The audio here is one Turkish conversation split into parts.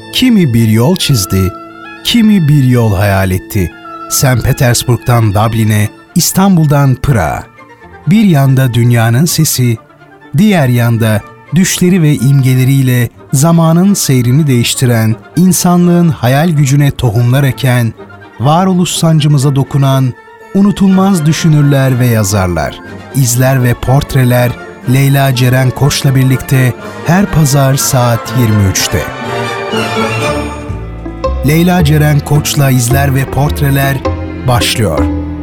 Kimi bir yol çizdi, kimi bir yol hayal etti. St. Petersburg'dan Dublin'e, İstanbul'dan Pırağa. Bir yanda dünyanın sesi, diğer yanda düşleri ve imgeleriyle zamanın seyrini değiştiren, insanlığın hayal gücüne tohumlar eken, varoluş sancımıza dokunan, unutulmaz düşünürler ve yazarlar, izler ve portreler Leyla Ceren Koç'la birlikte her pazar saat 23'te. Leyla Ceren Koç'la izler ve portreler başlıyor.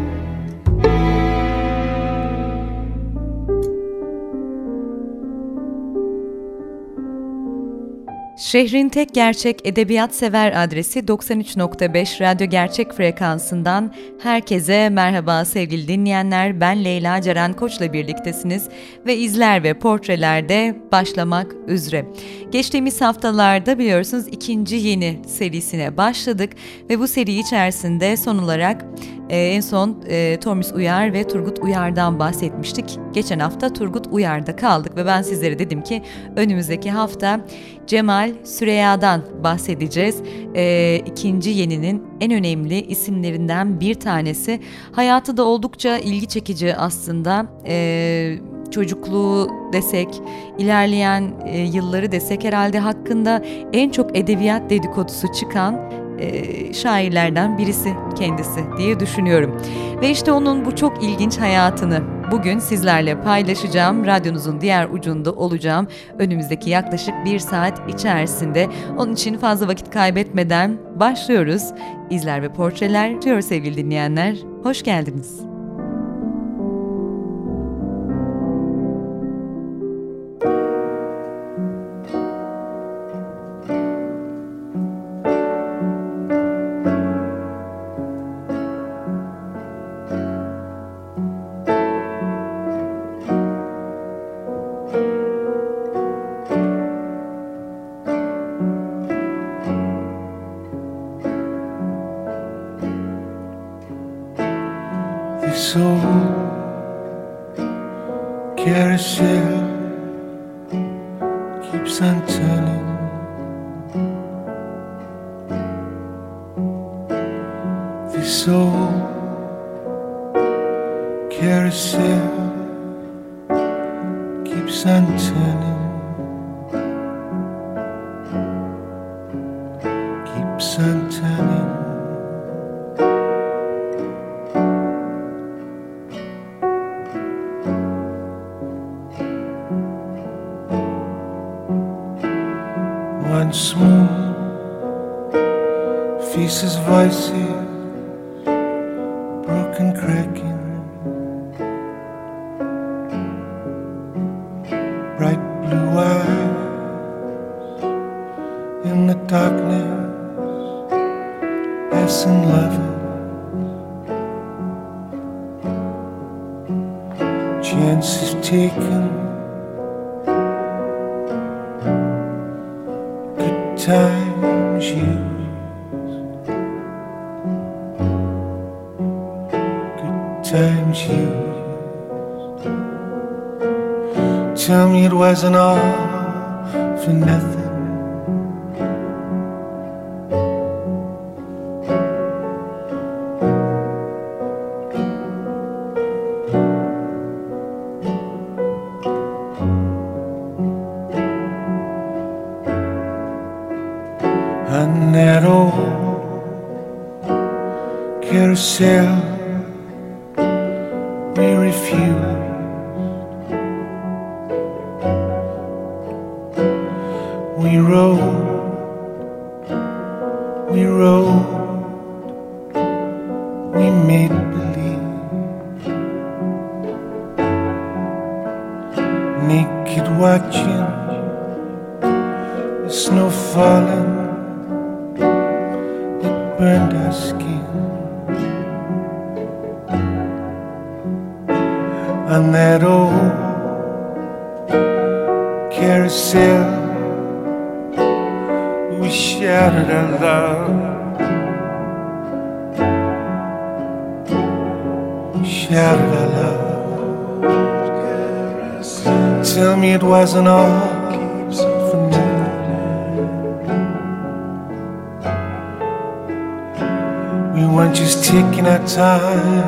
Şehrin tek gerçek edebiyat sever adresi 93.5 Radyo Gerçek frekansından herkese merhaba sevgili dinleyenler. Ben Leyla Ceren Koç'la birliktesiniz ve izler ve portrelerde başlamak üzere. Geçtiğimiz haftalarda biliyorsunuz ikinci yeni serisine başladık ve bu seri içerisinde son olarak en son Tomris Uyar ve Turgut Uyar'dan bahsetmiştik. Geçen hafta Turgut Uyar'da kaldık ve ben sizlere dedim ki önümüzdeki hafta Cemal Süreyya'dan bahsedeceğiz. İkinci yeninin en önemli isimlerinden bir tanesi. Hayatı da oldukça ilgi çekici aslında. Çocukluğu desek, ilerleyen yılları desek herhalde hakkında en çok edebiyat dedikodusu çıkan şairlerden birisi kendisi diye düşünüyorum. Ve işte onun bu çok ilginç hayatını bugün sizlerle paylaşacağım. Radyonuzun diğer ucunda olacağım. Önümüzdeki yaklaşık bir saat içerisinde. Onun için fazla vakit kaybetmeden başlıyoruz. İzler ve portreler diyor sevgili dinleyenler. Hoş geldiniz. This old carousel keeps on turning. This old carousel keeps on turning. Keeps on turning. Once more, faces, voices, broken, cracking, bright blue eyes in the darkness, passing lovers, chances taken. Times used, good times used. Tell me it wasn't all for nothing. And that old carousel we refused. We rode, we made believe. Naked watching the snow falling. Burned our skin on that old carousel. We shouted our love, we shouted our love. Tell me it wasn't all for nothing. we're just taking our time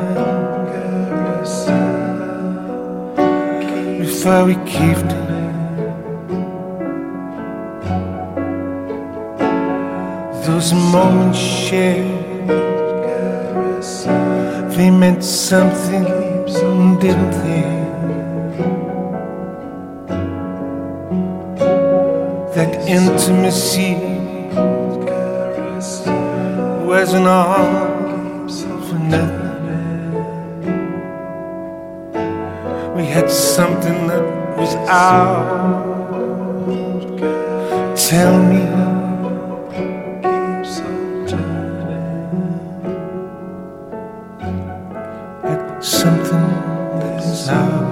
before we caved in. Those moments shared, they meant something, didn't they? That intimacy wasn't all for nothing. We had something that was ours. Tell me, had something that was ours.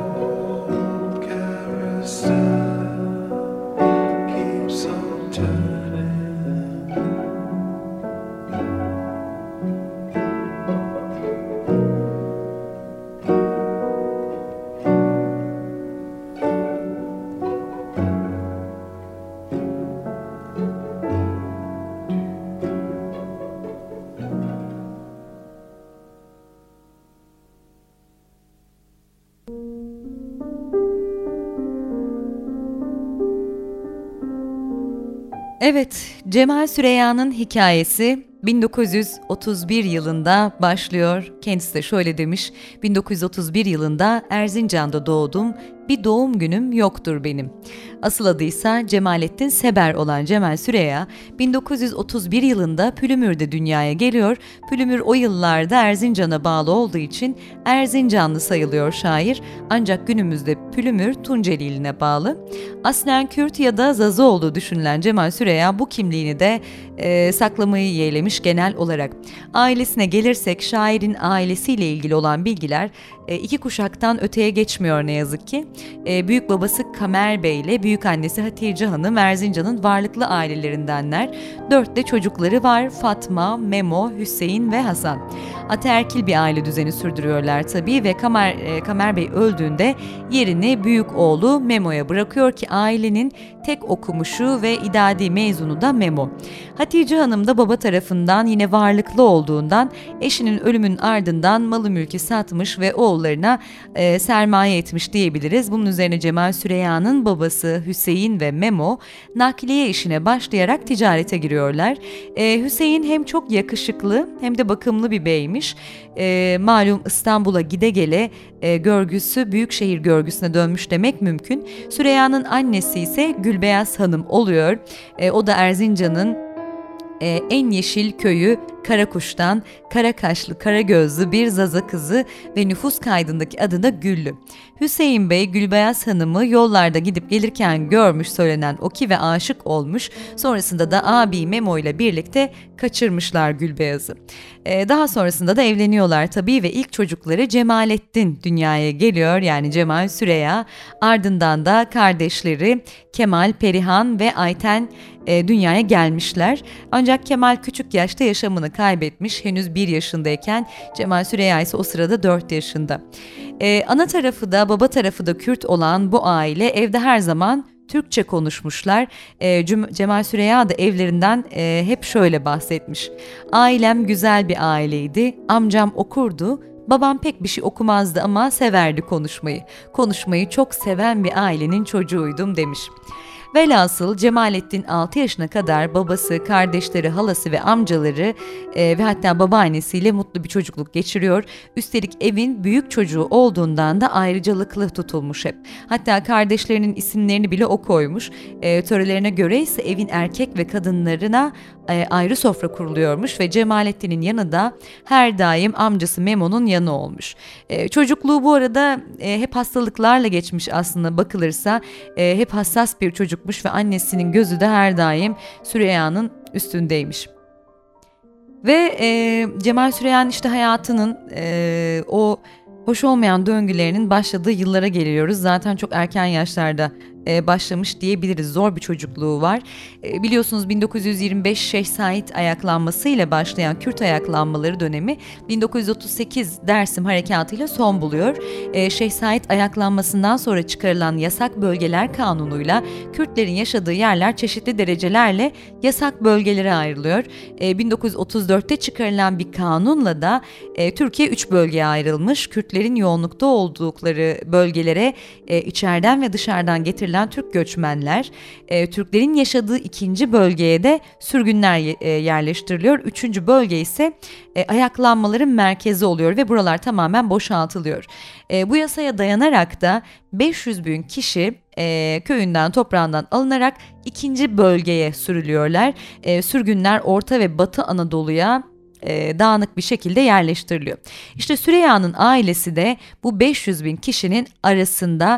Evet, Cemal Süreyya'nın hikayesi 1931 yılında başlıyor. Kendisi de şöyle demiş, 1931 yılında Erzincan'da doğdum, bir doğum günüm yoktur benim. Asıl adıysa Cemalettin Seber olan Cemal Süreyya, 1931 yılında Pülümür'de dünyaya geliyor. Pülümür o yıllarda Erzincan'a bağlı olduğu için Erzincanlı sayılıyor şair. Ancak günümüzde Pülümür Tunceli iline bağlı. Aslen Kürt ya da Zazı olduğu düşünülen Cemal Süreyya bu kimliğini de saklamayı yeğlemiş genel olarak. Ailesine gelirsek şairin ailesiyle ilgili olan bilgiler iki kuşaktan öteye geçmiyor ne yazık ki. Büyük babası Kamer Bey ile büyük annesi Hatice Hanım Erzincan'ın varlıklı ailelerindenler. 4 de çocukları var: Fatma, Memo, Hüseyin ve Hasan. Ataerkil bir aile düzeni sürdürüyorlar tabii ve Kamer Bey öldüğünde yerini büyük oğlu Memo'ya bırakıyor ki ailenin tek okumuşu ve idadi mezunu da Memo. Hatice Hanım da baba tarafından yine varlıklı olduğundan eşinin ölümünün ardından malı mülkü satmış ve oğullarına sermaye etmiş diyebiliriz. Bunun üzerine Cemal Süreyya'nın babası Hüseyin ve Memo nakliye işine başlayarak ticarete giriyorlar. Hüseyin hem çok yakışıklı hem de bakımlı bir beymiş. Malum İstanbul'a gide gele görgüsü büyükşehir görgüsüne dönmüş demek mümkün. Süreyya'nın annesi ise Gülbeyaz Hanım oluyor. O da Erzincan'ın en yeşil köyü Karakuş'tan kara kaşlı, kara gözlü bir Zaza kızı ve nüfus kaydındaki adı da Güllü. Hüseyin Bey Gülbeyaz Hanım'ı yollarda gidip gelirken görmüş söylenen o ki ve aşık olmuş. Sonrasında da abi Memo ile birlikte kaçırmışlar Gülbeyaz'ı. Daha sonrasında da evleniyorlar tabii ve ilk çocukları Cemalettin dünyaya geliyor, yani Cemal Süreyya. Ardından da kardeşleri Kemal, Perihan ve Ayten dünyaya gelmişler. Ancak Kemal küçük yaşta yaşamını kaybetmiş. Henüz 1 yaşındayken Cemal Süreyya ise o sırada 4 yaşında. Ana tarafı da baba tarafı da Kürt olan bu aile evde her zaman Türkçe konuşmuşlar. Cemal Süreyya da evlerinden hep şöyle bahsetmiş. Ailem güzel bir aileydi. Amcam okurdu. Babam pek bir şey okumazdı ama severdi konuşmayı. Konuşmayı çok seven bir ailenin çocuğuydum demiş. Velhasıl Cemalettin 6 yaşına kadar babası, kardeşleri, halası ve amcaları ve hatta babaannesiyle mutlu bir çocukluk geçiriyor. Üstelik evin büyük çocuğu olduğundan da ayrıcalıklı tutulmuş hep. Hatta kardeşlerinin isimlerini bile o koymuş. Törelerine göre ise evin erkek ve kadınlarına ayrı sofra kuruluyormuş ve Cemalettin'in yanı da her daim amcası Memo'nun yanı olmuş. Çocukluğu bu arada hep hastalıklarla geçmiş aslında bakılırsa. Hep hassas bir çocukmuş ve annesinin gözü de her daim Süreyya'nın üstündeymiş. Ve Cemal Süreyya'nın işte hayatının o hoş olmayan döngülerinin başladığı yıllara geliyoruz. Zaten çok erken yaşlarda başlamış diyebiliriz. Zor bir çocukluğu var. Biliyorsunuz 1925 Şeyh Said ayaklanmasıyla başlayan Kürt ayaklanmaları dönemi 1938 Dersim Harekatı'yla son buluyor. Şeyh Said ayaklanmasından sonra çıkarılan Yasak Bölgeler Kanunu'yla Kürtlerin yaşadığı yerler çeşitli derecelerle yasak bölgelere ayrılıyor. 1934'te çıkarılan bir kanunla da Türkiye 3 bölgeye ayrılmış. Kürtlerin yoğunlukta oldukları bölgelere içeriden ve dışarıdan getirilen Türk göçmenler, Türklerin yaşadığı ikinci bölgeye de sürgünler yerleştiriliyor. Üçüncü bölge ise ayaklanmaların merkezi oluyor ve buralar tamamen boşaltılıyor. Bu yasaya dayanarak da 500 bin kişi köyünden, toprağından alınarak ikinci bölgeye sürülüyorlar. Sürgünler Orta ve Batı Anadolu'ya dağınık bir şekilde yerleştiriliyor. İşte Süreyya'nın ailesi de bu 500 bin kişinin arasında.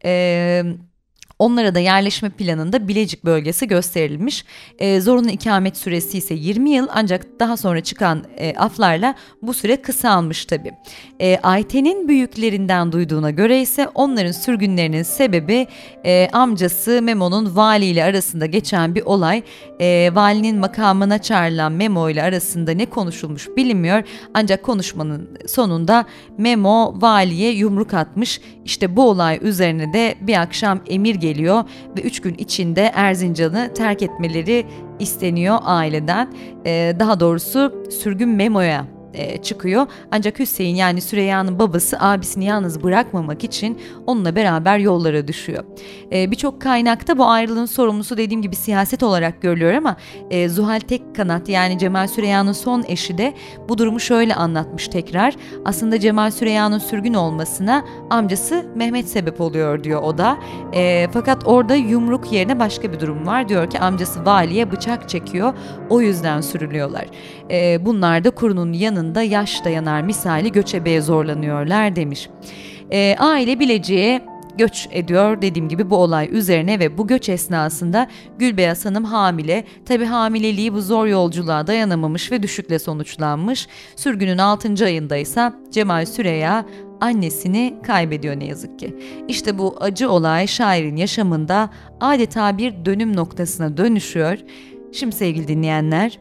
Onlara da yerleşme planında Bilecik bölgesi gösterilmiş. Zorunlu ikamet süresi ise 20 yıl, ancak daha sonra çıkan aflarla bu süre kısalmış tabii. Ayten'in büyüklerinden duyduğuna göre ise onların sürgünlerinin sebebi amcası Memo'nun vali ile arasında geçen bir olay. Valinin makamına çağrılan Memo ile arasında ne konuşulmuş bilinmiyor. Ancak konuşmanın sonunda Memo valiye yumruk atmış. İşte bu olay üzerine de bir akşam emir geliyor ve 3 gün içinde Erzincan'ı terk etmeleri isteniyor aileden. Daha doğrusu sürgün Memo'ya çıkıyor. Ancak Hüseyin, yani Süreyya'nın babası, abisini yalnız bırakmamak için onunla beraber yollara düşüyor. Birçok kaynakta bu ayrılığın sorumlusu dediğim gibi siyaset olarak görülüyor ama Zuhal Tekkanat, yani Cemal Süreyya'nın son eşi de bu durumu şöyle anlatmış tekrar. Aslında Cemal Süreyya'nın sürgün olmasına amcası Mehmet sebep oluyor diyor o da. Fakat orada yumruk yerine başka bir durum var. Diyor ki amcası valiye bıçak çekiyor, o yüzden sürülüyorlar. Bunlar da kurunun yanında yaş dayanar misali göçebeye zorlanıyorlar demiş. Aile Bilecik'e göç ediyor dediğim gibi bu olay üzerine ve bu göç esnasında Gülbeyaz Hanım hamile. Tabi hamileliği bu zor yolculuğa dayanamamış ve düşükle sonuçlanmış. Sürgünün 6. ayındaysa Cemal Süreyya annesini kaybediyor ne yazık ki. İşte bu acı olay şairin yaşamında adeta bir dönüm noktasına dönüşüyor. Şimdi sevgili dinleyenler,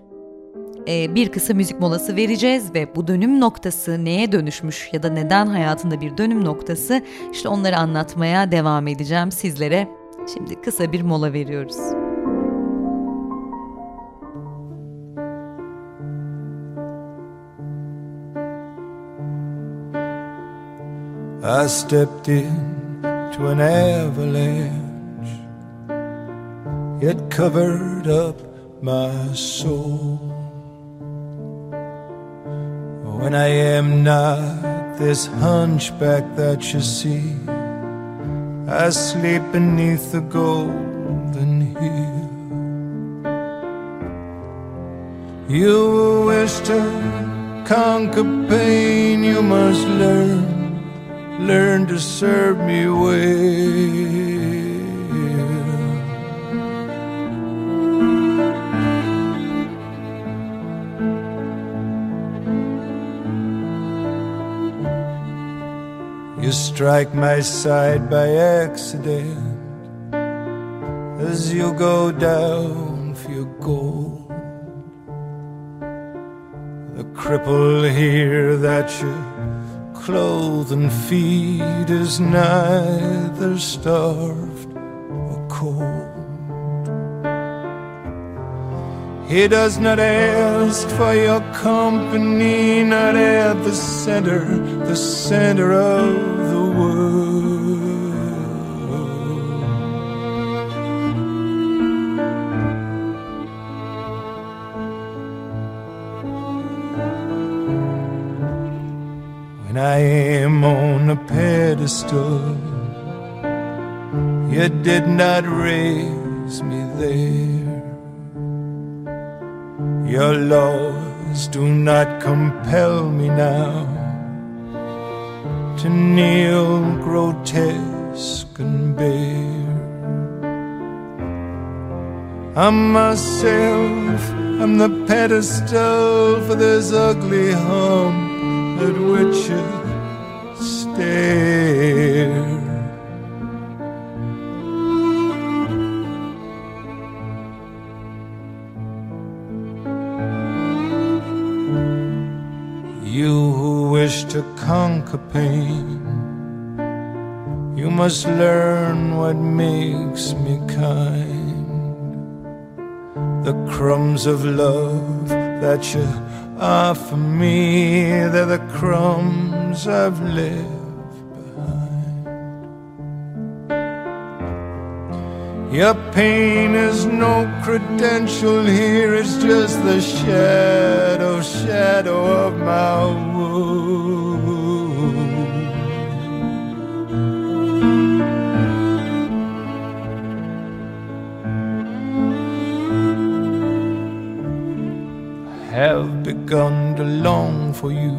bir kısa müzik molası vereceğiz ve bu dönüm noktası neye dönüşmüş ya da neden hayatında bir dönüm noktası, işte onları anlatmaya devam edeceğim sizlere. Şimdi kısa bir mola veriyoruz. I stepped into an avalanche. It covered up my soul. When I am not this hunchback that you see, I sleep beneath the golden hill. You wish to conquer pain, you must learn to serve me well. You strike my side by accident as you go down for your gold. The cripple here that you clothe and feed is neither starved or cold. He does not ask for your company, not at the center of the world. When I am on a pedestal, you did not raise me there. Your laws do not compel me now to kneel grotesque and bare. I'm myself, I'm the pedestal for this ugly hump at which you stare. wish to conquer pain, you must learn what makes me kind. The crumbs of love that you offer me, they're the crumbs I've left behind. Your pain is no credential here, it's just the shadow of my wound. Have begun to long for you,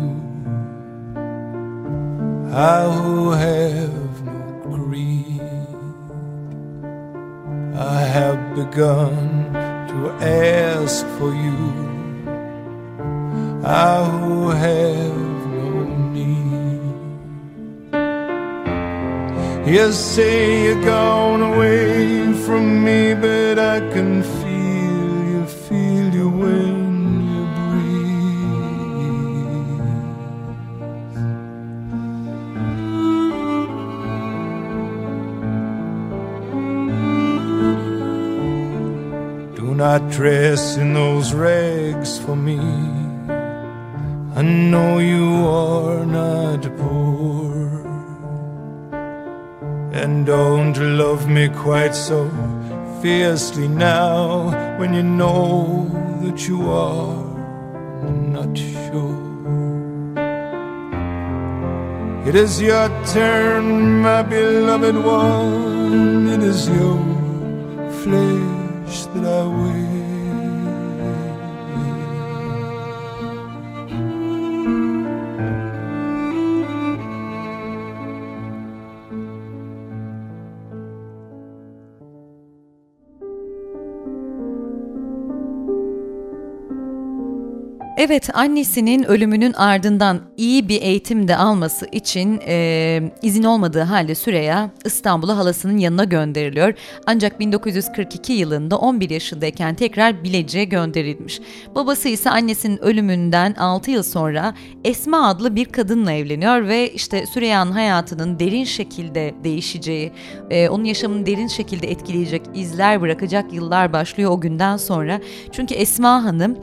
I who have no greed. I have begun to ask for you, I who have no need. You say you're gone away from me, but I can feel you when not dress in those rags for me. I know you are not poor, and don't love me quite so fiercely now, when you know that you are not sure. It is your turn, my beloved one, it is your flesh that I wear. Evet, annesinin ölümünün ardından iyi bir eğitim de alması için izin olmadığı halde Süreyya İstanbul'a halasının yanına gönderiliyor. Ancak 1942 yılında 11 yaşındayken tekrar Bilecik'e gönderilmiş. Babası ise annesinin ölümünden 6 yıl sonra Esma adlı bir kadınla evleniyor ve işte Süreyya'nın hayatının derin şekilde değişeceği, onun yaşamını derin şekilde etkileyecek izler bırakacak yıllar başlıyor o günden sonra. Çünkü Esma Hanım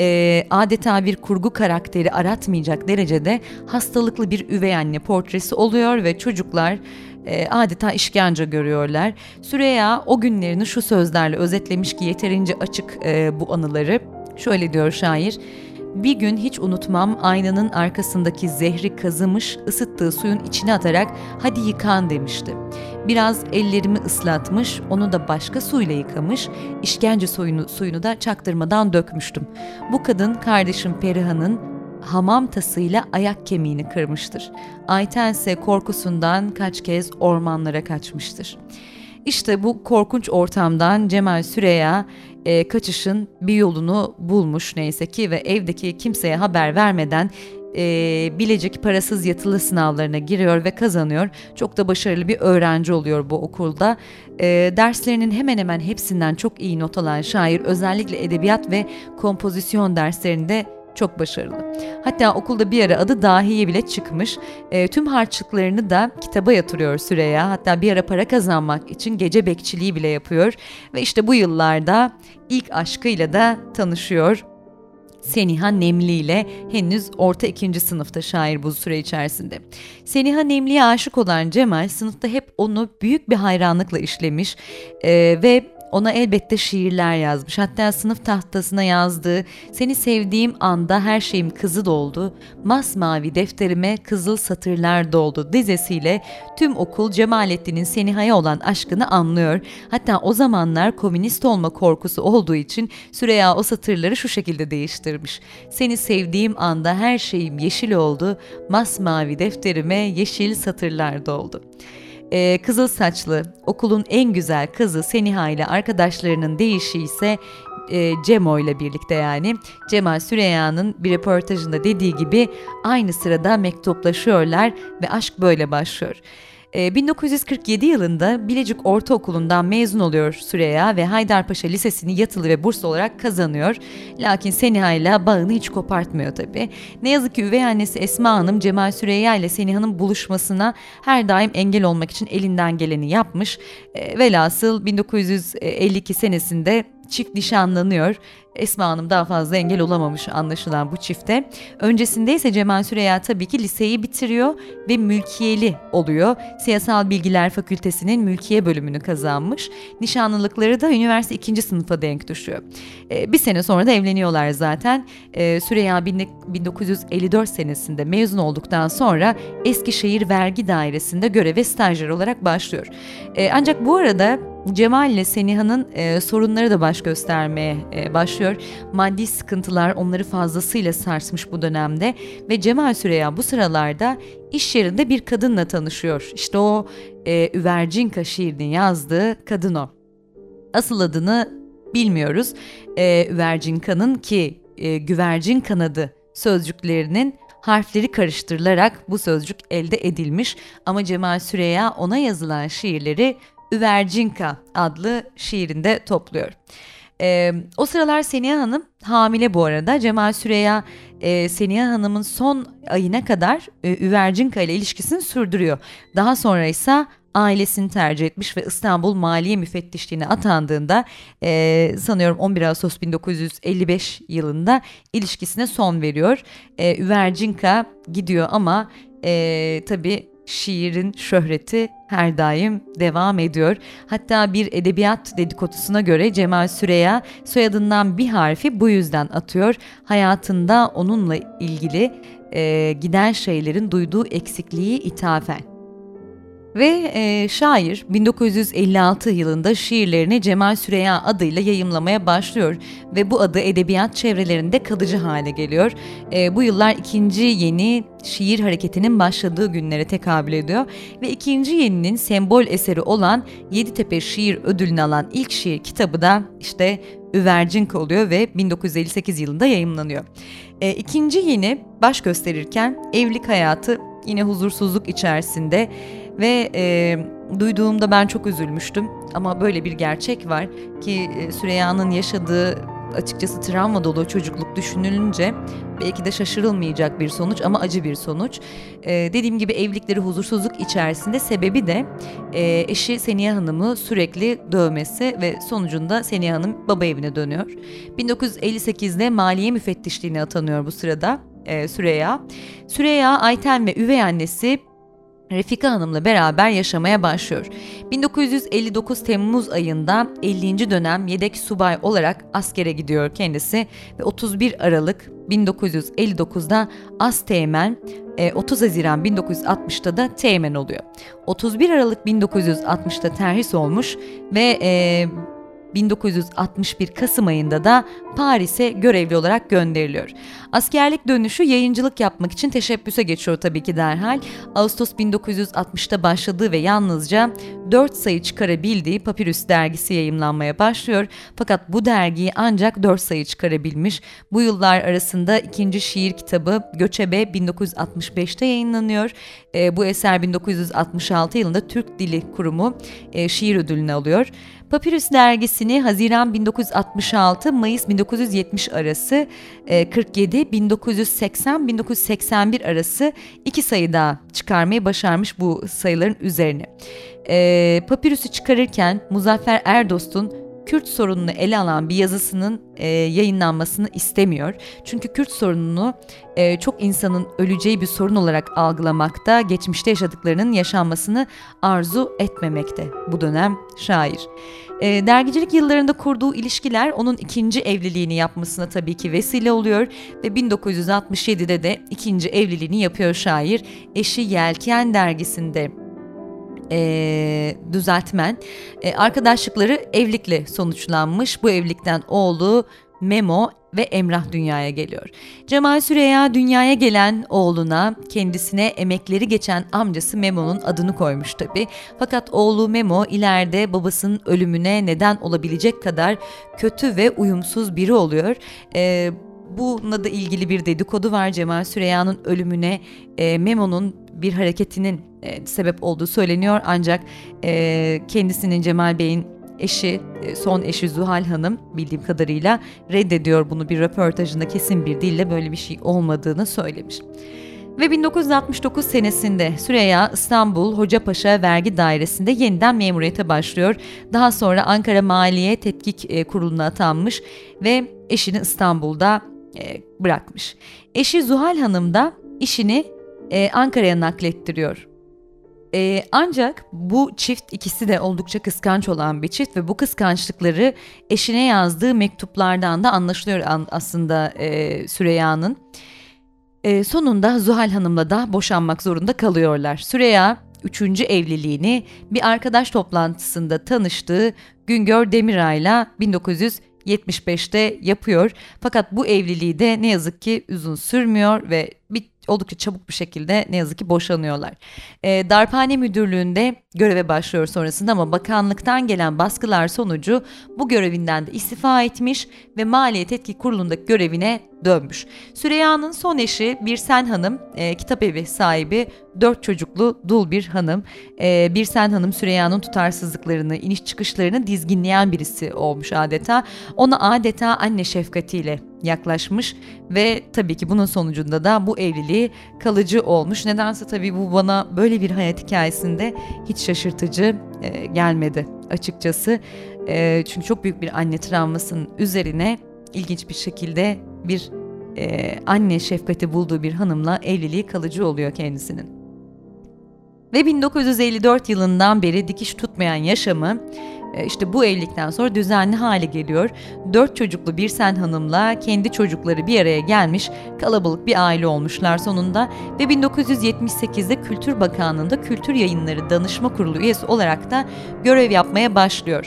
adeta bir kurgu karakteri aratmayacak derecede hastalıklı bir üvey anne portresi oluyor ve çocuklar adeta işkence görüyorlar. Süreyya o günlerini şu sözlerle özetlemiş ki yeterince açık bu anıları. Şöyle diyor şair: "Bir gün hiç unutmam, aynanın arkasındaki zehri kazımış, ısıttığı suyun içine atarak 'Hadi yıkan' demişti. Biraz ellerimi ıslatmış, onu da başka suyla yıkamış, işkence suyunu da çaktırmadan dökmüştüm. Bu kadın kardeşim Perihan'ın hamam tasıyla ayak kemiğini kırmıştır. Ayten ise korkusundan kaç kez ormanlara kaçmıştır." İşte bu korkunç ortamdan Cemal Süreyya kaçışın bir yolunu bulmuş neyse ki ve evdeki kimseye haber vermeden Bilecik parasız yatılı sınavlarına giriyor ve kazanıyor. Çok da başarılı bir öğrenci oluyor bu okulda. Derslerinin hemen hemen hepsinden çok iyi not alan şair özellikle edebiyat ve kompozisyon derslerinde çok başarılı. Hatta okulda bir ara adı dahiye bile çıkmış. Tüm harçlıklarını da kitaba yatırıyor Süreyya. Hatta bir ara para kazanmak için gece bekçiliği bile yapıyor. Ve işte bu yıllarda ilk aşkıyla da tanışıyor. Seniha Nemli ile henüz orta 2. sınıfta şair bu süre içerisinde. Seniha Nemli'ye aşık olan Cemal sınıfta hep onu büyük bir hayranlıkla işlemiş ve ona elbette şiirler yazmış. Hatta sınıf tahtasına yazdığı "Seni sevdiğim anda her şeyim kızıl oldu, masmavi defterime kızıl satırlar doldu" dizesiyle tüm okul Cemalettin'in Seniha'ya olan aşkını anlıyor. Hatta o zamanlar komünist olma korkusu olduğu için Süreyya o satırları şu şekilde değiştirmiş: "Seni sevdiğim anda her şeyim yeşil oldu, masmavi defterime yeşil satırlar doldu." Kızıl saçlı, okulun en güzel kızı Seniha ile arkadaşlarının deyişi ise Cemo ile birlikte yani. Cemal Süreyya'nın bir röportajında dediği gibi aynı sırada mektuplaşıyorlar ve aşk böyle başlıyor. 1947 yılında Bilecik Ortaokulu'ndan mezun oluyor Süreyya ve Haydarpaşa Lisesi'ni yatılı ve burslu olarak kazanıyor. Lakin Seniha ile bağını hiç kopartmıyor tabii. Ne yazık ki üvey annesi Esma Hanım Cemal Süreyya ile Seniha'nın buluşmasına her daim engel olmak için elinden geleni yapmış. Velhasıl 1952 senesinde çift nişanlanıyor. Esma Hanım daha fazla engel olamamış anlaşılan bu çifte. Öncesinde ise Cemal Süreyya tabii ki liseyi bitiriyor ve mülkiyeli oluyor. Siyasal Bilgiler Fakültesi'nin mülkiye bölümünü kazanmış. Nişanlılıkları da üniversite 2. sınıfa denk düşüyor. Bir sene sonra da evleniyorlar zaten. Süreyya 1954 senesinde mezun olduktan sonra Eskişehir Vergi Dairesi'nde göreve stajyer olarak başlıyor. Ancak bu arada Cemal ile Seniha'nın sorunları da baş göstermeye başlıyor. Maddi sıkıntılar onları fazlasıyla sarsmış bu dönemde ve Cemal Süreyya bu sıralarda iş yerinde bir kadınla tanışıyor. İşte o Üvercinka şiirini yazdığı kadın o. Asıl adını bilmiyoruz. Üvercinka'nın ki güvercin kanadı sözcüklerinin harfleri karıştırılarak bu sözcük elde edilmiş ama Cemal Süreyya ona yazılan şiirleri Üvercinka adlı şiirinde topluyor. O sıralar Seniha Hanım hamile bu arada. Cemal Süreyya Seniha Hanım'ın son ayına kadar Üvercinka ile ilişkisini sürdürüyor. Daha sonra ise ailesini tercih etmiş ve İstanbul Maliye Müfettişliğine atandığında sanıyorum 11 Ağustos 1955 yılında ilişkisine son veriyor. Üvercinka gidiyor ama tabii şiirin şöhreti her daim devam ediyor. Hatta bir edebiyat dedikodusuna göre Cemal Süreyya soyadından bir harfi bu yüzden atıyor. Hayatında onunla ilgili giden şeylerin duyduğu eksikliği ithafen. Ve şair 1956 yılında şiirlerini Cemal Süreyya adıyla yayımlamaya başlıyor ve bu adı edebiyat çevrelerinde kalıcı hale geliyor. Bu yıllar ikinci yeni şiir hareketinin başladığı günlere tekabül ediyor ve ikinci yeninin sembol eseri olan Yeditepe Şiir Ödülünü alan ilk şiir kitabı da işte Üvercinka oluyor ve 1958 yılında yayımlanıyor. İkinci yeni baş gösterirken evlilik hayatı yine huzursuzluk içerisinde ve duyduğumda ben çok üzülmüştüm ama böyle bir gerçek var ki Süreyya'nın yaşadığı açıkçası travma dolu çocukluk düşünülünce belki de şaşırılmayacak bir sonuç ama acı bir sonuç. Dediğim gibi evlilikleri huzursuzluk içerisinde, sebebi de eşi Seniha Hanım'ı sürekli dövmesi ve sonucunda Seniha Hanım baba evine dönüyor. 1958'de Maliye Müfettişliğine atanıyor bu sırada Süreyya. Süreyya, Ayten ve üvey annesi Refika Hanım'la beraber yaşamaya başlıyor. 1959 Temmuz ayında 50. dönem yedek subay olarak askere gidiyor kendisi ve 31 Aralık 1959'da Asteğmen, 30 Haziran 1960'da da Teğmen oluyor. 31 Aralık 1960'da terhis olmuş ve 1961 Kasım ayında da Paris'e görevli olarak gönderiliyor. Askerlik dönüşü yayıncılık yapmak için teşebbüse geçiyor tabii ki derhal. Ağustos 1960'ta başladığı ve yalnızca 4 sayı çıkarabildiği Papyrus dergisi yayımlanmaya başlıyor. Fakat bu dergiyi ancak 4 sayı çıkarabilmiş. Bu yıllar arasında ikinci şiir kitabı Göçebe 1965'te yayınlanıyor. Bu eser 1966 yılında Türk Dili Kurumu şiir ödülünü alıyor. Papyrus dergisini Haziran 1966, Mayıs 1970 arası 1980-1981 arası 2 sayıda çıkarmayı başarmış bu sayıların üzerine. Papyrus'u çıkarırken Muzaffer Erdost'un Kürt sorununu ele alan bir yazısının yayınlanmasını istemiyor. Çünkü Kürt sorununu çok insanın öleceği bir sorun olarak algılamakta, geçmişte yaşadıklarının yaşanmasını arzu etmemekte bu dönem şair. Dergicilik yıllarında kurduğu ilişkiler onun ikinci evliliğini yapmasına tabii ki vesile oluyor ve 1967'de de ikinci evliliğini yapıyor şair. Eşi Yelken dergisinde düzeltmen. Arkadaşlıkları evlilikle sonuçlanmış. Bu evlilikten oğlu Memo ve Emrah dünyaya geliyor. Cemal Süreyya dünyaya gelen oğluna kendisine emekleri geçen amcası Memo'nun adını koymuş tabii. Fakat oğlu Memo ileride babasının ölümüne neden olabilecek kadar kötü ve uyumsuz biri oluyor. Bununla da ilgili bir dedikodu var. Cemal Süreyya'nın ölümüne Memo'nun bir hareketinin sebep olduğu söyleniyor. Ancak kendisinin, Cemal Bey'in eşi, son eşi Zuhal Hanım bildiğim kadarıyla reddediyor bunu, bir röportajında kesin bir dille böyle bir şey olmadığını söylemiş. Ve 1969 senesinde Süreyya İstanbul Hocapaşa Vergi Dairesi'nde yeniden memuriyete başlıyor. Daha sonra Ankara Maliye Tetkik Kurulu'na atanmış ve eşini İstanbul'da bırakmış. Eşi Zuhal Hanım da işini Ankara'ya naklettiriyor. Ancak bu çift, ikisi de oldukça kıskanç olan bir çift ve bu kıskançlıkları eşine yazdığı mektuplardan da anlaşılıyor aslında Süreyya'nın. Sonunda Zuhal Hanım'la da boşanmak zorunda kalıyorlar. Süreyya 3. evliliğini bir arkadaş toplantısında tanıştığı Güngör Demiray'la 1975'te yapıyor. Fakat bu evliliği de ne yazık ki uzun sürmüyor ve oldukça çabuk bir şekilde ne yazık ki boşanıyorlar. Darphane Müdürlüğü'nde göreve başlıyor sonrasında ama bakanlıktan gelen baskılar sonucu bu görevinden de istifa etmiş ve Maliye Tetkik Kurulu'ndaki görevine dönmüş. Süreyya'nın son eşi Birsen Hanım, kitap evi sahibi, 4 çocuklu dul bir hanım. Birsen Hanım Süreyya'nın tutarsızlıklarını, iniş çıkışlarını dizginleyen birisi olmuş adeta. Ona adeta anne şefkatiyle yaklaşmış ve tabii ki bunun sonucunda da bu evliliği kalıcı olmuş. Nedense tabii bu bana böyle bir hayat hikayesinde hiç şaşırtıcı gelmedi açıkçası. Çünkü çok büyük bir anne travmasının üzerine ilginç bir şekilde bir anne şefkati bulduğu bir hanımla evliliği kalıcı oluyor kendisinin. Ve 1954 yılından beri dikiş tutmayan yaşamı işte bu evlilikten sonra düzenli hale geliyor. 4 çocuklu Birsen Hanım'la kendi çocukları bir araya gelmiş, kalabalık bir aile olmuşlar sonunda ve 1978'de Kültür Bakanlığı'nda Kültür Yayınları Danışma Kurulu üyesi olarak da görev yapmaya başlıyor.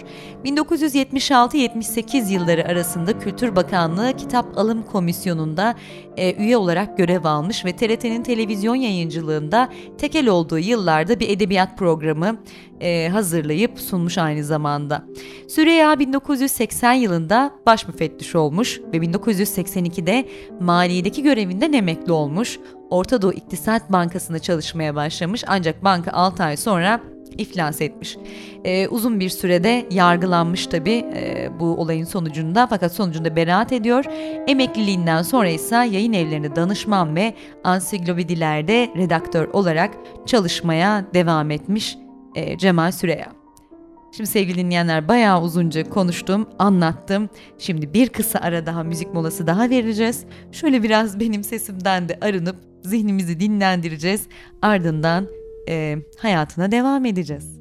1976-78 yılları arasında Kültür Bakanlığı Kitap Alım Komisyonu'nda üye olarak görev almış ve TRT'nin televizyon yayıncılığında tekel olduğu yıllarda bir edebiyat programı hazırlayıp sunmuş aynı zamanda. Süreyya 1980 yılında baş müfettiş olmuş ve 1982'de maliyedeki görevinden emekli olmuş. Orta Doğu İktisat Bankası'nda çalışmaya başlamış ancak banka 6 ay sonra iflas etmiş. Uzun bir sürede yargılanmış tabii bu olayın sonucunda, fakat sonucunda beraat ediyor. Emekliliğinden sonra ise yayın evlerinde danışman ve ansiklopedilerde redaktör olarak çalışmaya devam etmiş Cemal Süreyya. Şimdi sevgili dinleyenler, bayağı uzunca konuştum, anlattım. Şimdi bir kısa ara daha, müzik molası daha vereceğiz. Şöyle biraz benim sesimden de arınıp zihnimizi dinlendireceğiz. Ardından hayatına devam edeceğiz.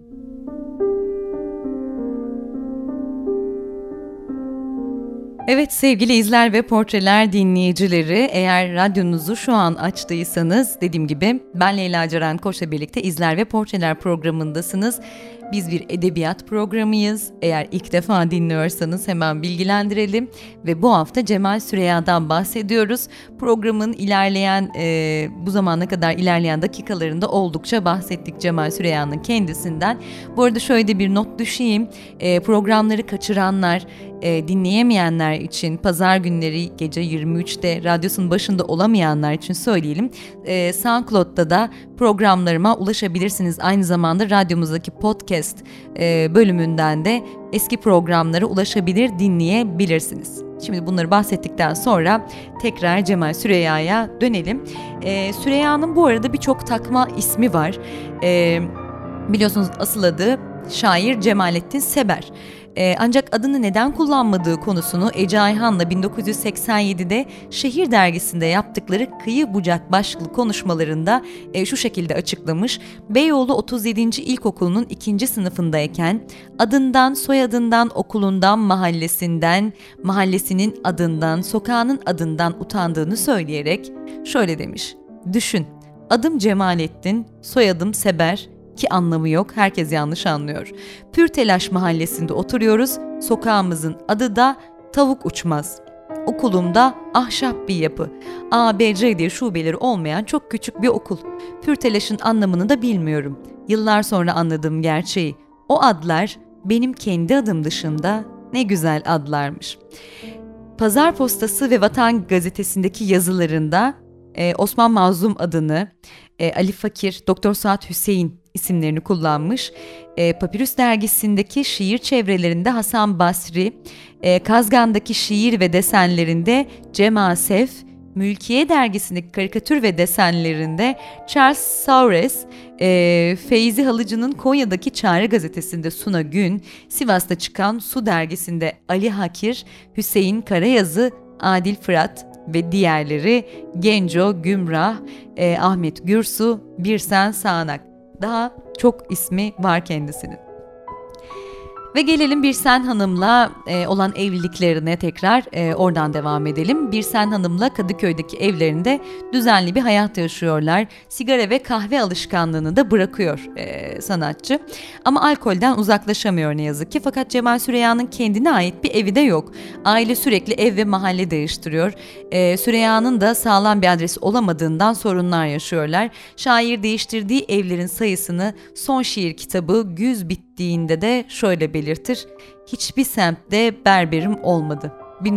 Evet sevgili izler ve portreler dinleyicileri, eğer radyonuzu şu an açtıysanız, dediğim gibi ben Leyla Ceren Koç'la birlikte İzler ve Portreler programındasınız. Biz bir edebiyat programıyız. Eğer ilk defa dinliyorsanız hemen bilgilendirelim ve bu hafta Cemal Süreyya'dan bahsediyoruz. Programın ilerleyen, bu zamana kadar ilerleyen dakikalarında oldukça bahsettik Cemal Süreyya'nın kendisinden. Bu arada şöyle de bir not düşeyim. Programları kaçıranlar, dinleyemeyenler için, pazar günleri gece 23'te radyosunun başında olamayanlar için söyleyelim. SoundCloud'da da programlarıma ulaşabilirsiniz. Aynı zamanda radyomuzdaki podcast bölümünden de eski programlara ulaşabilir, dinleyebilirsiniz. Şimdi bunları bahsettikten sonra tekrar Cemal Süreyya'ya dönelim. Süreyya'nın bu arada birçok takma ismi var. Biliyorsunuz asıl adı şair Cemalettin Seber. Ancak adını neden kullanmadığı konusunu Ece Ayhan'la 1987'de Şehir Dergisi'nde yaptıkları Kıyı Bucak başlıklı konuşmalarında şu şekilde açıklamış. Beyoğlu 37. İlkokulu'nun 2. sınıfındayken adından, soyadından, okulundan, mahallesinden, mahallesinin adından, sokağının adından utandığını söyleyerek şöyle demiş. Düşün, adım Cemalettin, soyadım Seber. Ki anlamı yok, herkes yanlış anlıyor. Pürtelaş mahallesinde oturuyoruz, sokağımızın adı da Tavuk Uçmaz. Okulumda ahşap bir yapı. A, B, C diye şubeleri olmayan çok küçük bir okul. Pürtelaş'ın anlamını da bilmiyorum. Yıllar sonra anladığım gerçeği. O adlar benim kendi adım dışında ne güzel adlarmış. Pazar Postası ve Vatan Gazetesi'ndeki yazılarında Osman Mazlum adını, Ali Fakir, Doktor Suat Hüseyin isimlerini kullanmış. Papyrus dergisindeki şiir çevrelerinde Hasan Basri, Kazgan'daki şiir ve desenlerinde Cem Asef, Mülkiye dergisindeki karikatür ve desenlerinde Charles Saures, Feyzi Halıcı'nın Konya'daki Çare gazetesinde Suna Gün, Sivas'ta çıkan Su dergisinde Ali Hakir, Hüseyin Karayazı, Adil Fırat ve diğerleri, Genco, Gümrah, Ahmet Gürsu, Birsen Sağanak. Daha çok ismi var kendisinin. Ve gelelim Birsen Hanım'la olan evliliklerine tekrar oradan devam edelim. Birsen Hanım'la Kadıköy'deki evlerinde düzenli bir hayat yaşıyorlar. Sigara ve kahve alışkanlığını da bırakıyor sanatçı. Ama alkolden uzaklaşamıyor ne yazık ki. Fakat Cemal Süreyya'nın kendine ait bir evi de yok. Aile sürekli ev ve mahalle değiştiriyor. Süreyya'nın da sağlam bir adresi olamadığından sorunlar yaşıyorlar. Şair değiştirdiği evlerin sayısını son şiir kitabı Güz bittiğinde de şöyle belirtir: hiçbir semtte berberim olmadı.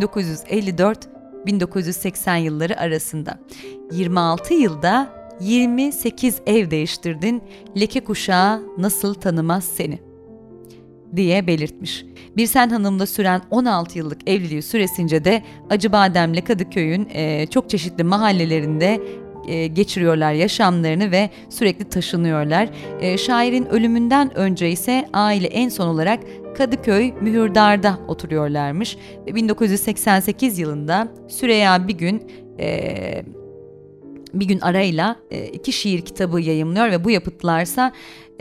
1954-1980 yılları arasında. 26 yılda 28 ev değiştirdin, leke kuşağı nasıl tanımaz seni diye belirtmiş. Birsen Hanım'la süren 16 yıllık evliliği süresince de Acıbadem'le Kadıköy'ün çok çeşitli mahallelerinde geçiriyorlar yaşamlarını ve sürekli taşınıyorlar. Şairin ölümünden önce ise aile en son olarak Kadıköy Mühürdar'da oturuyorlarmış. Ve 1988 yılında Süreyya bir gün arayla 2 şiir kitabı yayımlıyor ve bu yapıtlarsa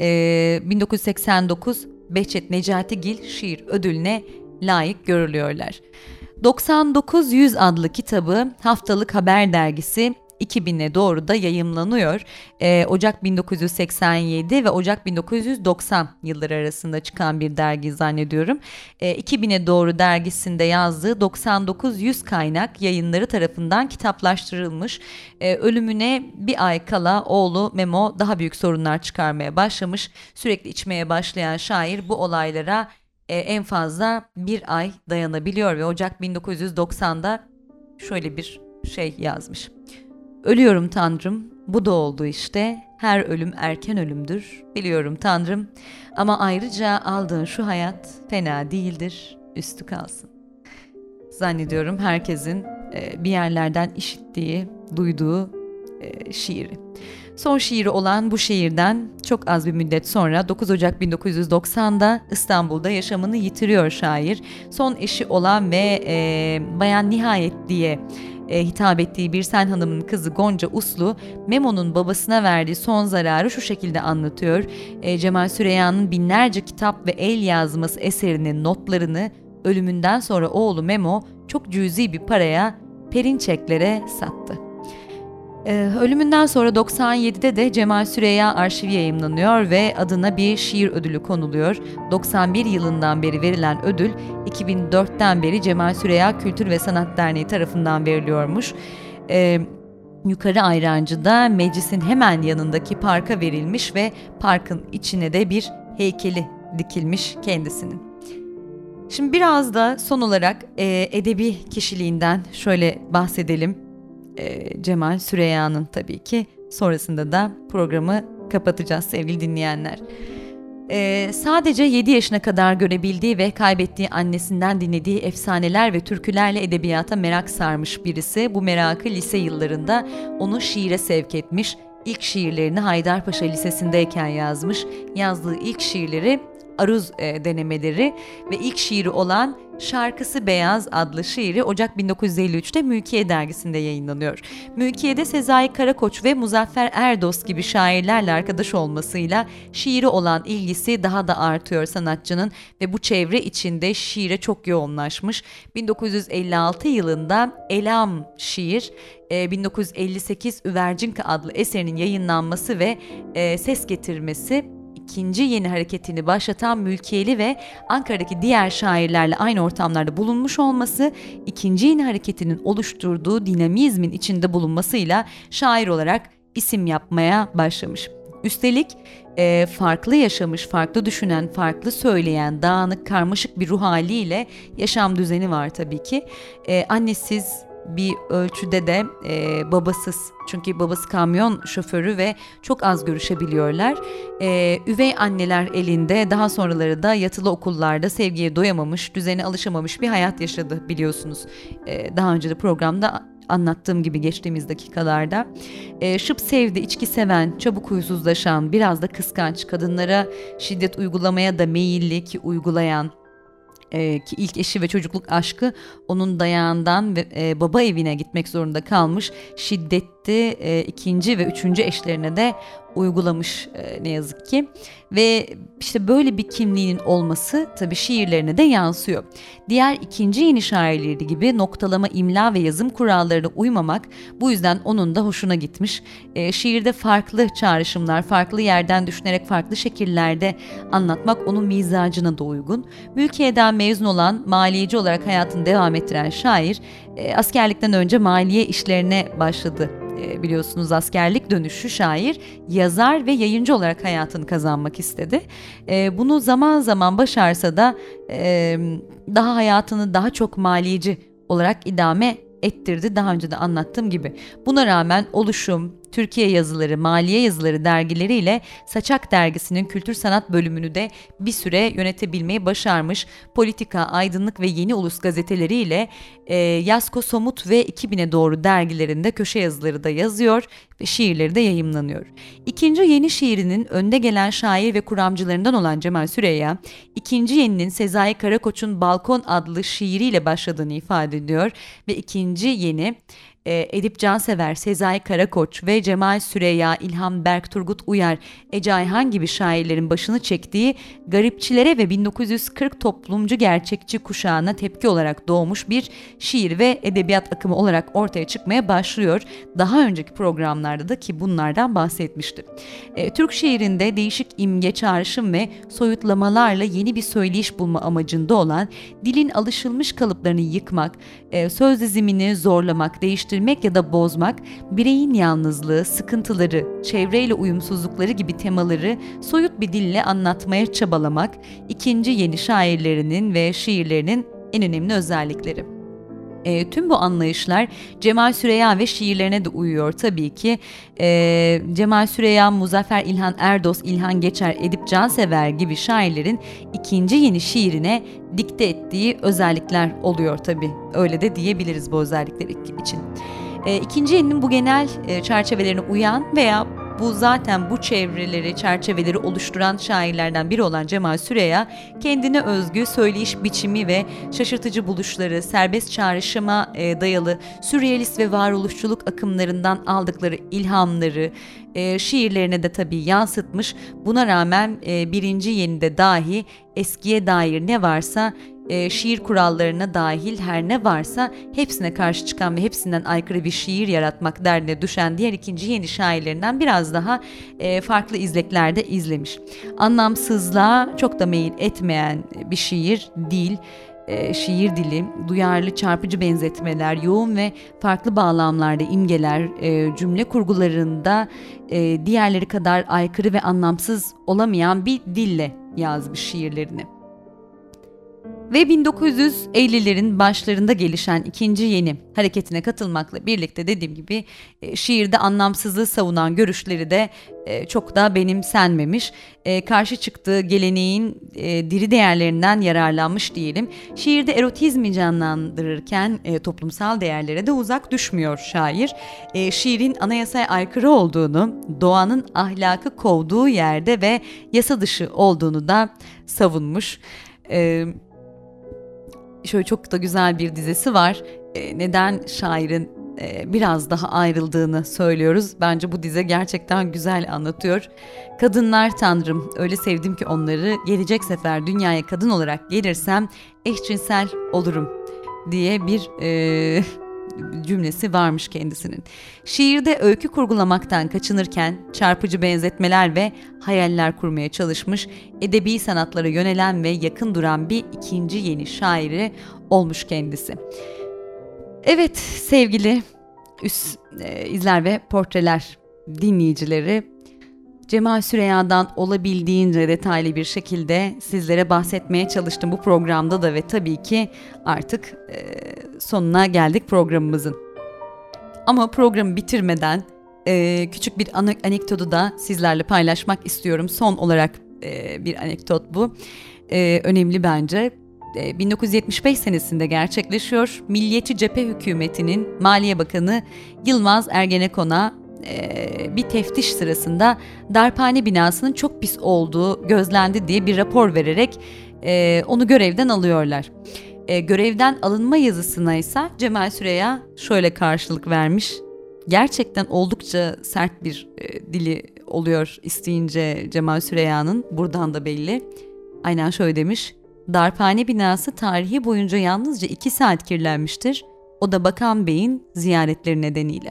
1989 Behçet Necatigil Şiir Ödülü'ne layık görülüyorlar. 99-100 adlı kitabı Haftalık Haber Dergisi 2000'e doğru da yayımlanıyor. Ocak 1987 ve Ocak 1990 yılları arasında çıkan bir dergi zannediyorum. 2000'e doğru dergisinde yazdığı 99-100 kaynak yayınları tarafından kitaplaştırılmış. Ölümüne bir ay kala oğlu Memo daha büyük sorunlar çıkarmaya başlamış. Sürekli içmeye başlayan şair bu olaylara en fazla bir ay dayanabiliyor ve Ocak 1990'da şöyle bir şey yazmış. Ölüyorum Tanrım, bu da oldu işte, her ölüm erken ölümdür, biliyorum Tanrım, ama ayrıca aldığın şu hayat fena değildir, üstü kalsın. Zannediyorum herkesin bir yerlerden işittiği, duyduğu şiiri. Son şiiri olan bu şiirden çok az bir müddet sonra 9 Ocak 1990'da İstanbul'da yaşamını yitiriyor şair. Son eşi olan ve Bayan Nihayet diye hitap ettiği Birsen Hanım'ın kızı Gonca Uslu, Memo'nun babasına verdiği son zararı şu şekilde anlatıyor. Cemal Süreyya'nın binlerce kitap ve el yazması eserinin notlarını ölümünden sonra oğlu Memo çok cüzi bir paraya Perinçeklere sattı. Ölümünden sonra 97'de de Cemal Süreyya arşivi yayımlanıyor ve adına bir şiir ödülü konuluyor. 91 yılından beri verilen ödül 2004'ten beri Cemal Süreyya Kültür ve Sanat Derneği tarafından veriliyormuş. Yukarı Ayrancı'da meclisin hemen yanındaki parka verilmiş ve parkın içine de bir heykeli dikilmiş kendisinin. Şimdi biraz da son olarak edebi kişiliğinden şöyle bahsedelim. Cemal Süreyya'nın tabii ki. Sonrasında da programı kapatacağız sevgili dinleyenler. Sadece 7 yaşına kadar görebildiği ve kaybettiği annesinden dinlediği efsaneler ve türkülerle edebiyata merak sarmış birisi. Bu merakı lise yıllarında onu şiire sevk etmiş. İlk şiirlerini Haydarpaşa Lisesi'ndeyken yazmış. Yazdığı ilk şiirleri Aruz denemeleri ve ilk şiiri olan Şarkısı Beyaz adlı şiiri Ocak 1953'te Mülkiye dergisinde yayınlanıyor. Mülkiye'de Sezai Karakoç ve Muzaffer Erdoğan gibi şairlerle arkadaş olmasıyla şiiri olan ilgisi daha da artıyor sanatçının ve bu çevre içinde şiire çok yoğunlaşmış. 1956 yılında Elam şiir, 1958 Üvercinka adlı eserinin yayınlanması ve ses getirmesi, İkinci yeni hareketini başlatan Mülkiyeli ve Ankara'daki diğer şairlerle aynı ortamlarda bulunmuş olması, ikinci yeni hareketinin oluşturduğu dinamizmin içinde bulunmasıyla şair olarak isim yapmaya başlamış. Üstelik farklı yaşamış, farklı düşünen, farklı söyleyen, dağınık, karmaşık bir ruh haliyle yaşam düzeni var tabii ki. Annesiz bir ölçüde de babasız. Çünkü babası kamyon şoförü ve çok az görüşebiliyorlar. Üvey anneler elinde, daha sonraları da yatılı okullarda sevgiye doyamamış, düzene alışamamış bir hayat yaşadı biliyorsunuz. Daha önce de programda anlattığım gibi geçtiğimiz dakikalarda. Şıp sevdi, içki seven, çabuk huysuzlaşan, biraz da kıskanç, kadınlara şiddet uygulamaya da meyilli ki uygulayan, ki ilk eşi ve çocukluk aşkı onun dayağından ve baba evine gitmek zorunda kalmış, şiddetli ikinci ve üçüncü eşlerine de uygulamış ne yazık ki. Ve işte böyle bir kimliğinin olması tabii şiirlerine de yansıyor. Diğer ikinci yeni şairleri gibi noktalama, imla ve yazım kurallarına uymamak bu yüzden onun da hoşuna gitmiş. Şiirde farklı çağrışımlar, farklı yerden düşünerek farklı şekillerde anlatmak onun mizacına da uygun. Mülkiye'den mezun olan, maliyeci olarak hayatını devam ettiren şair askerlikten önce maliye işlerine başladı. Biliyorsunuz askerlik dönüşü şair, yazar ve yayıncı olarak hayatını kazanmak istedi. Bunu zaman zaman başarsa da daha hayatını daha çok maliyeci olarak idame ettirdi, daha önce de anlattığım gibi. Buna rağmen Oluşum, Türkiye Yazıları, Maliye Yazıları dergileriyle Saçak Dergisi'nin kültür sanat bölümünü de bir süre yönetebilmeyi başarmış. Politika, Aydınlık ve Yeni Ulus gazeteleriyle Yasko Somut ve 2000'e doğru dergilerinde köşe yazıları da yazıyor ve şiirleri de yayımlanıyor. İkinci yeni şiirinin önde gelen şair ve kuramcılarından olan Cemal Süreyya, ikinci yeninin Sezai Karakoç'un Balkon adlı şiiriyle başladığını ifade ediyor ve ikinci yeni Edip Cansever, Sezai Karakoç ve Cemal Süreyya, İlhan Berk, Turgut Uyar, Ece Ayhan gibi şairlerin başını çektiği garipçilere ve 1940 toplumcu gerçekçi kuşağına tepki olarak doğmuş bir şiir ve edebiyat akımı olarak ortaya çıkmaya başlıyor. Daha önceki programlarda da ki bunlardan bahsetmiştim. Türk şiirinde değişik imge, çağrışım ve soyutlamalarla yeni bir söyleyiş bulma amacında olan, dilin alışılmış kalıplarını yıkmak, söz dizimini zorlamak, değiştirmek ya da bozmak, bireyin yalnızlığı, sıkıntıları, çevreyle uyumsuzlukları gibi temaları soyut bir dille anlatmaya çabalamak, ikinci yeni şairlerinin ve şiirlerinin en önemli özellikleri. Tüm bu anlayışlar Cemal Süreyya ve şiirlerine de uyuyor tabii ki. Cemal Süreyya, Muzaffer İlhan Erdos, İlhan Geçer, Edip Cansever gibi şairlerin ikinci yeni şiirine dikte ettiği özellikler oluyor tabii. Öyle de diyebiliriz bu özellikler için. İkinci yeninin bu genel çerçevelerine uyan veya bu çevreleri, çerçeveleri oluşturan şairlerden biri olan Cemal Süreyya, kendine özgü söyleyiş biçimi ve şaşırtıcı buluşları, serbest çağrışıma dayalı sürrealist ve varoluşçuluk akımlarından aldıkları ilhamları şiirlerine de tabii yansıtmış. Buna rağmen birinci yenide dahi eskiye dair ne varsa, şiir kurallarına dahil her ne varsa hepsine karşı çıkan ve hepsinden aykırı bir şiir yaratmak derdine düşen diğer ikinci yeni şairlerinden biraz daha farklı izleklerde izlemiş. Anlamsızlığa çok da meyil etmeyen bir şiir değil. Şiir dili, duyarlı çarpıcı benzetmeler, yoğun ve farklı bağlamlarda imgeler, cümle kurgularında diğerleri kadar aykırı ve anlamsız olamayan bir dille yazmış şiirlerini. Ve 1950'lerin başlarında gelişen ikinci yeni hareketine katılmakla birlikte dediğim gibi şiirde anlamsızlığı savunan görüşleri de çok da benimsenmemiş. Karşı çıktığı geleneğin diri değerlerinden yararlanmış diyelim. Şiirde erotizmi canlandırırken toplumsal değerlere de uzak düşmüyor şair. Şiirin anayasaya aykırı olduğunu, doğanın ahlakı kovduğu yerde ve yasa dışı olduğunu da savunmuş. Şöyle çok da güzel bir dizesi var. Neden şairin biraz daha ayrıldığını söylüyoruz. Bence bu dize gerçekten güzel anlatıyor. Kadınlar tanrım, öyle sevdim ki onları, gelecek sefer dünyaya kadın olarak gelirsem eşcinsel olurum diye bir cümlesi varmış kendisinin. Şiirde öykü kurgulamaktan kaçınırken çarpıcı benzetmeler ve hayaller kurmaya çalışmış, edebi sanatlara yönelen ve yakın duran bir ikinci yeni şairi olmuş kendisi. Evet sevgili izler ve portreler dinleyicileri, Cemal Süreyya'dan olabildiğince detaylı bir şekilde sizlere bahsetmeye çalıştım bu programda da ve tabii ki artık sonuna geldik programımızın. Ama programı bitirmeden küçük bir anekdotu da sizlerle paylaşmak istiyorum. Son olarak bir anekdot bu. Önemli bence. 1975 senesinde gerçekleşiyor. Milliyetçi Cephe Hükümeti'nin Maliye Bakanı Yılmaz Ergenekon'a bir teftiş sırasında darphane binasının çok pis olduğu gözlendi diye bir rapor vererek onu görevden alıyorlar. Görevden alınma yazısına ise Cemal Süreyya şöyle karşılık vermiş. Gerçekten oldukça sert bir dili oluyor isteyince Cemal Süreyya'nın, buradan da belli. Aynen şöyle demiş. Darphane binası tarihi boyunca yalnızca 2 saat kirlenmiştir. O da Bakan Bey'in ziyaretleri nedeniyle.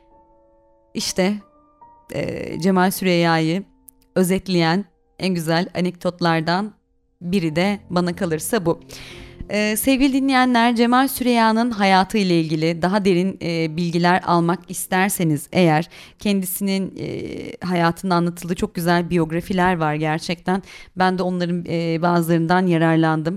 İşte Cemal Süreyya'yı özetleyen en güzel anekdotlardan biri de bana kalırsa bu. Sevgili dinleyenler, Cemal Süreyya'nın hayatı ile ilgili daha derin bilgiler almak isterseniz eğer, kendisinin hayatında anlatıldığı çok güzel biyografiler var gerçekten. Ben de onların bazılarından yararlandım.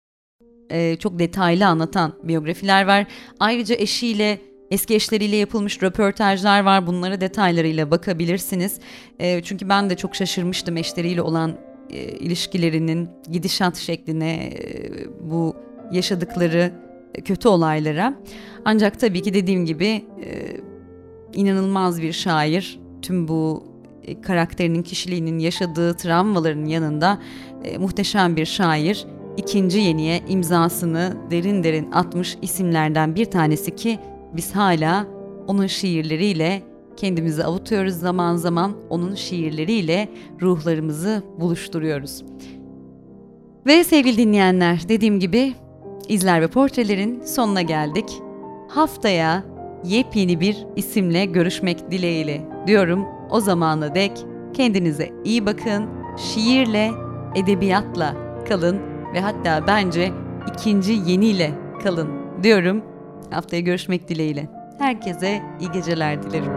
Çok detaylı anlatan biyografiler var. Ayrıca eski eşleriyle yapılmış röportajlar var. Bunlara detaylarıyla bakabilirsiniz. Çünkü ben de çok şaşırmıştım eşleriyle olan ilişkilerinin gidişat şekline, bu yaşadıkları kötü olaylara. Ancak tabii ki dediğim gibi inanılmaz bir şair. Tüm bu karakterinin, kişiliğinin yaşadığı travmaların yanında muhteşem bir şair. İkinci yeniye imzasını derin derin atmış isimlerden bir tanesi ki biz hala onun şiirleriyle kendimizi avutuyoruz, zaman zaman onun şiirleriyle ruhlarımızı buluşturuyoruz. Ve sevgili dinleyenler, dediğim gibi izler ve portrelerin sonuna geldik. Haftaya yepyeni bir isimle görüşmek dileğiyle diyorum. O zamana dek kendinize iyi bakın, şiirle, edebiyatla kalın ve hatta bence ikinci yeniyle kalın diyorum. Haftaya görüşmek dileğiyle. Herkese iyi geceler dilerim.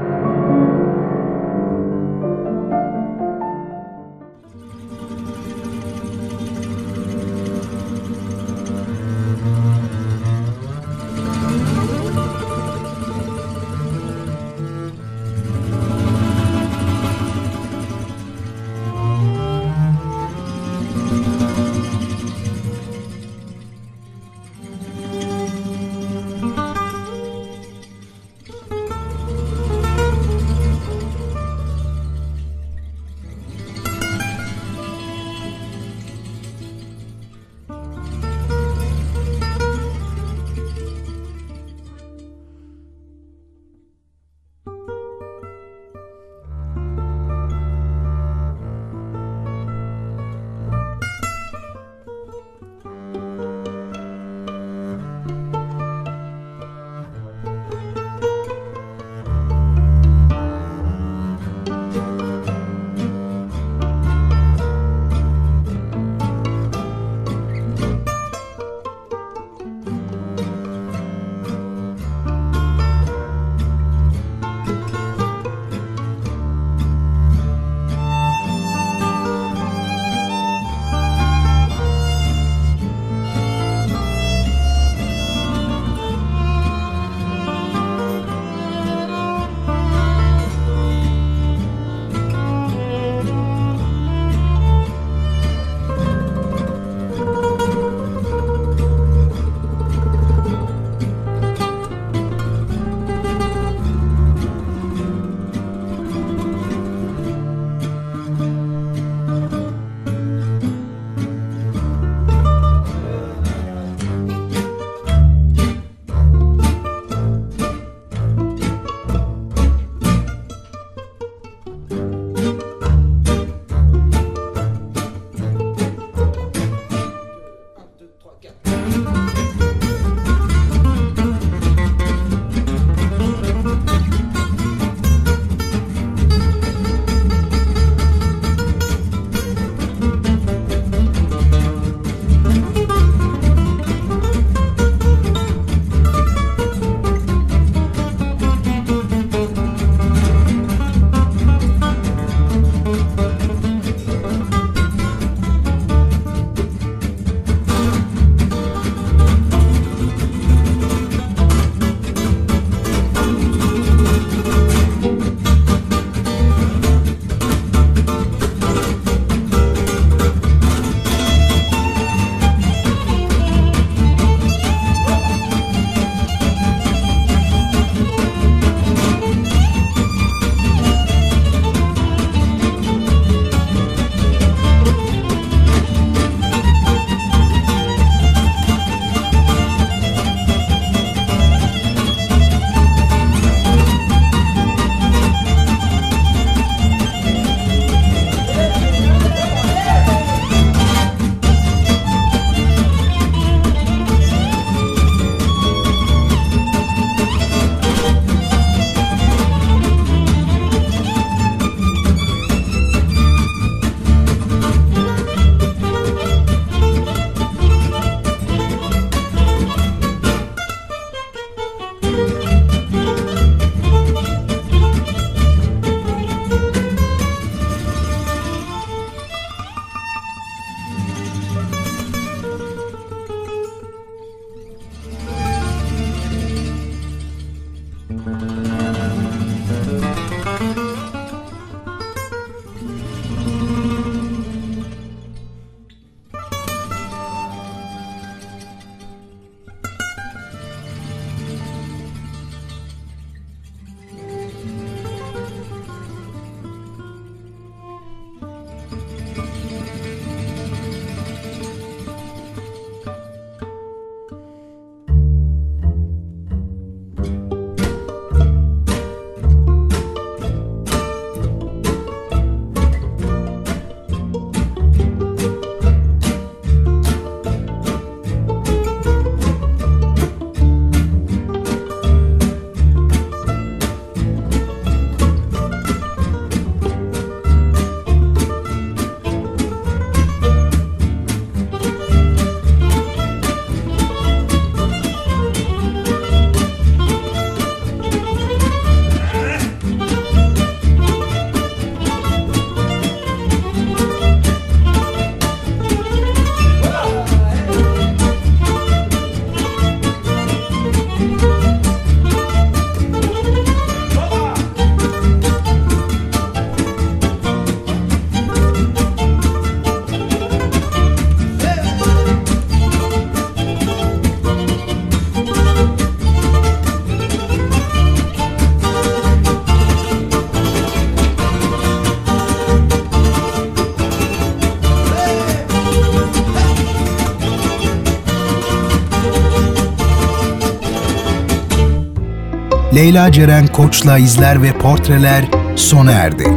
Leyla Ceren Koç'la izler ve portreler sona erdi.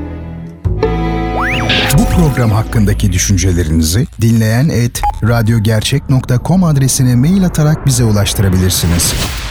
Bu program hakkındaki düşüncelerinizi dinleyen@radyogercek.com adresine mail atarak bize ulaştırabilirsiniz.